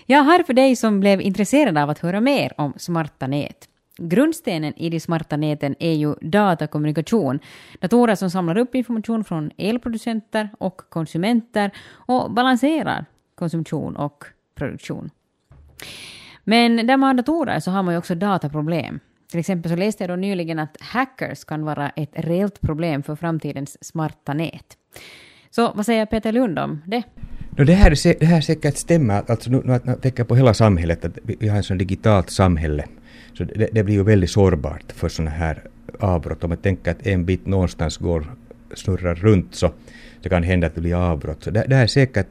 Jag har för dig som blev intresserad av att höra mer om smarta nät. Grundstenen i de smarta näten är ju datakommunikation. Datorer som samlar upp information från elproducenter och konsumenter och balanserar konsumtion och produktion. Men där man har datorer så har man ju också dataproblem. Till exempel så läste jag då nyligen att hackers kan vara ett reellt problem för framtidens smarta nät. Så vad säger Peter Lund om det? Det här säkert stämmer. Alltså nu att man tänker på hela samhället, att vi har en sån digitalt samhälle. Så det blir ju väldigt sårbart för såna här avbrott. Om man tänker att en bit någonstans snurrar runt så kan det hända att det blir avbrott. Så det här är säkert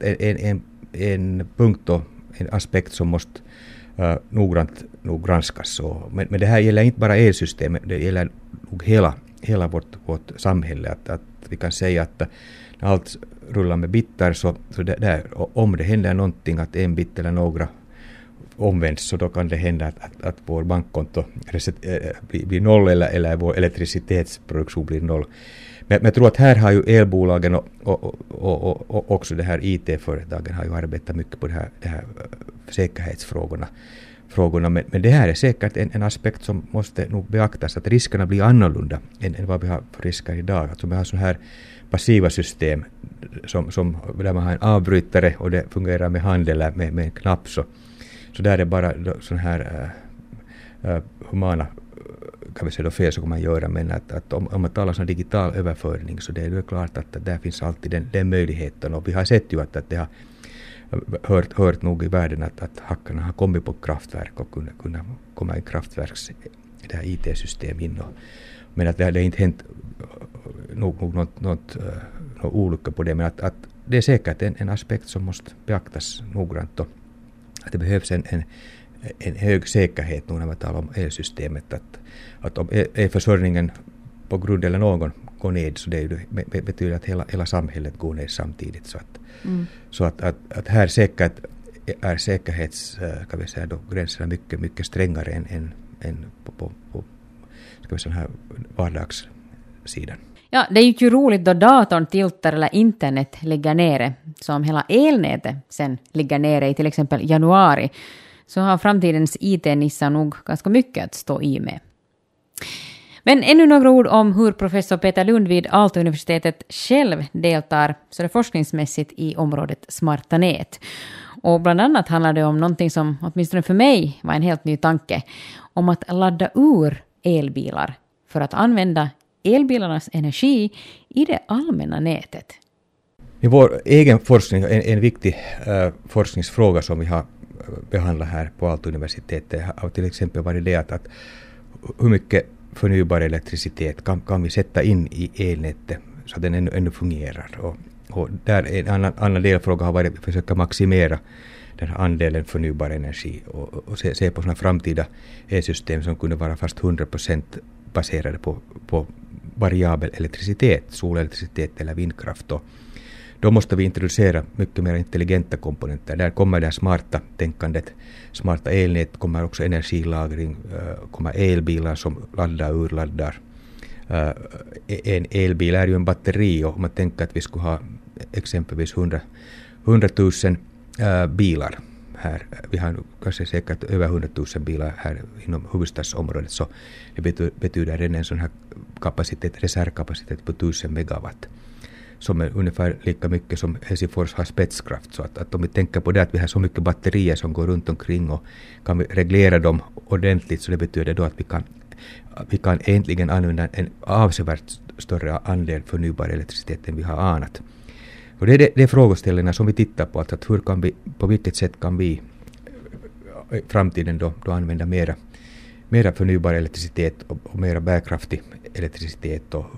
en punkt och en aspekt som måste noggrant granskas. Men det här gäller inte bara elsystemet, det gäller nog hela vårt samhälle. Att vi kan säga att när allt rullar med bitar så om det händer någonting, att en bit eller några omvänds, så då kan det hända att vår bankkonto blir noll eller vår elektricitetsproduktion blir noll. Men jag tror att här har ju elbolagen och också det här IT-företagen har ju arbetat mycket på det här säkerhetsfrågorna. Men det här är säkert en aspekt som måste nog beaktas, att riskerna blir annorlunda än vad vi har för risker idag. Alltså vi har så här passiva system som där man har en avbrytare och det fungerar med hand eller med en knapp, så där är bara sån här humana kan vi säga då fel så kan man göra, men att om man talar om digital överföring så det är klart att där finns alltid den möjligheten, och vi har sett ju att det har hört nog i världen att hackarna har kommit på kraftverk och kunna komma i kraftverks det här IT-system in, men att det har inte hänt något olycka på det, men att det är säkert en aspekt som måste beaktas noggrant, och att det behövs en hög säkerhet nu när man talar om elsystemet, att om elförsörjningen på grund eller någon går ned, så det betyder att hela samhället går ner samtidigt, så att här säkert är säkerhets kan vi säga då gränserna mycket strängare än på ska vi säga här vardagssidan. Ja, det är ju roligt då datorn tiltar eller internet ligger nere, som hela elnätet sen ligger nere i till exempel januari, så har framtidens IT-nissar nog ganska mycket att stå i med. Men ännu några ord om hur professor Peter Lund vid Aalto-universitetet själv deltar så det forskningsmässigt i området smarta nät. Och bland annat handlar det om någonting som åtminstone för mig var en helt ny tanke, om att ladda ur elbilar för att använda elbilarnas energi i det allmänna nätet. I vår egen forskning, en viktig forskningsfråga som vi har behandlat här på Aalto-universitetet har till exempel varit det att hur mycket förnybar elektricitet kan vi sätta in i elnätet så att den ännu fungerar. Och där en annan delfråga har varit att försöka maximera den här andelen förnybar energi och se på sådana framtida elsystem som kunde vara fast 100% baserade på variabel elektricitet, solelektricitet eller vindkraft. Och då måste vi introducera mycket mer intelligenta komponenter. Där kommer det smarta tänkandet, smarta elnät, kommer också energilagring, kommer elbilar som urladdar. En elbil är ju en batteri, och om man tänker att vi skulle ha exempelvis 100 000 bilar här. Vi har kanske säkert över 100 000 bilar här inom huvudstadsområdet, så det betyder en sån här reservkapacitet på 1000 megawatt. Som är ungefär lika mycket som Helsingfors har spetskraft. Så att om vi tänker på det att vi har så mycket batterier som går runt omkring, och kan vi reglera dem ordentligt, så det betyder då att vi kan äntligen använda en avsevärt större andel förnybar elektricitet än vi har anat. Och det är frågeställningar som vi tittar på, att på vilket sätt kan vi i framtiden då använda mera förnybar elektricitet och mera bärkraftig elektricitet, och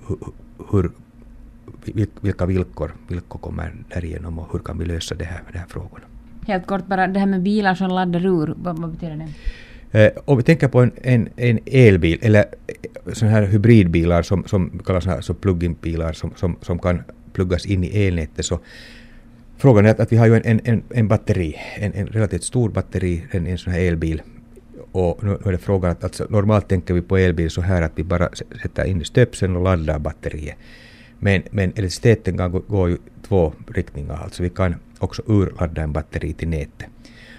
vilka villkor kommer därigenom, och hur kan vi lösa de här frågorna. Helt kort bara, det här med bilar som laddar ur, vad betyder det? Om vi tänker på en elbil eller sådana här hybridbilar som kallas så plug-in-bilar som kan pluggas in i elnätet, så frågan är att vi har ju en batteri, en relativt stor batteri, en sån här elbil, och nu är det frågan att alltså, normalt tänker vi på elbil så här att vi bara sätter in i stöpseln och laddar batteriet. Men elektriciteten kan gå i två riktningar. Alltså vi kan också urladda en batteri till nätet.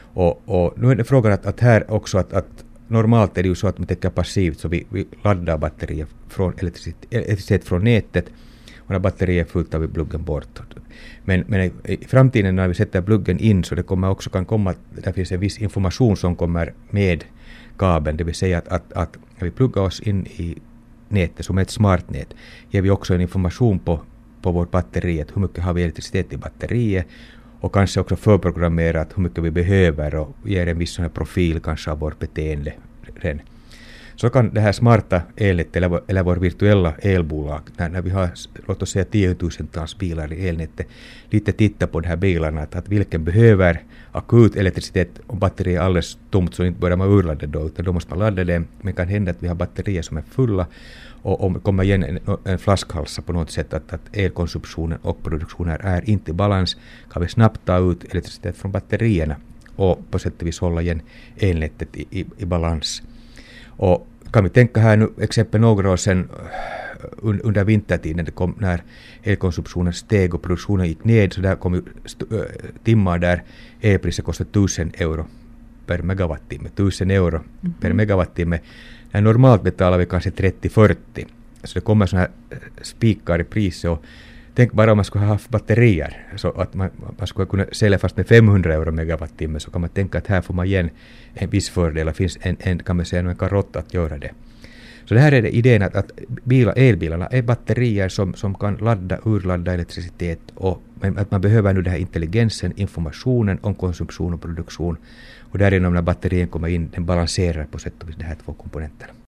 Och nu är det frågan att här också att normalt är det ju så att man tänker passivt, så vi laddar batterier från elektricitet från nätet, och när batteriet är fullt tar vi pluggen bort. Men i framtiden när vi sätter pluggen in, så det kommer också kan komma, där finns en viss information som kommer med kabeln, det vill säga att när vi pluggar oss in i nätet som ett smartnät, ger vi också en information på vårt batteri, hur mycket har vi elektricitet i batteriet, och kanske också förprogrammerat hur mycket vi behöver, och ger en viss sån här profil kanske av vårt beteende. Så kan det här smarta elnätet eller vår virtuella elbolag, när vi har, låt oss säga 10 000-tals bilar i elnätet, lite titta på de här bilarna, att vilken behöver akut elektricitet, om batteriet är alldeles tomt så inte börjar man urladda då, utan då måste man ladda det. Men kan hända att vi har batterier som är fulla, och om det kommer igen en flaskhalsa på något sätt, att elkonsumtionen och produktionen är inte i balans, kan vi snabbt ta ut elektricitet från batterierna och på sätt och vis hålla igen elnätet i balans. Och kan vi tänka här nu exempel några år sedan under vintertiden, när elkonsumtionen steg och produktionen gick ned, så där kom ju timmar där elpriset kostade 1000 euro per megawattimme. 1000 euro per megawattimme. När normalt betalar vi kanske 30-40. Så det kommer sådana här spikar i priset. Och tänk bara om man skulle ha haft batterier, så att man skulle kunna sälja fast med 500 euro megawattimme, så kan man tänka att här får man igen en viss fördel. Det finns kan man säga, en karott att göra det. Så det här är det idén att elbilarna är batterier som kan urladda elektricitet, men att man behöver nu den här intelligensen, informationen om konsumtion och produktion, och därigenom när batterien kommer in, den balanserar på sätt och vis de här två komponenterna.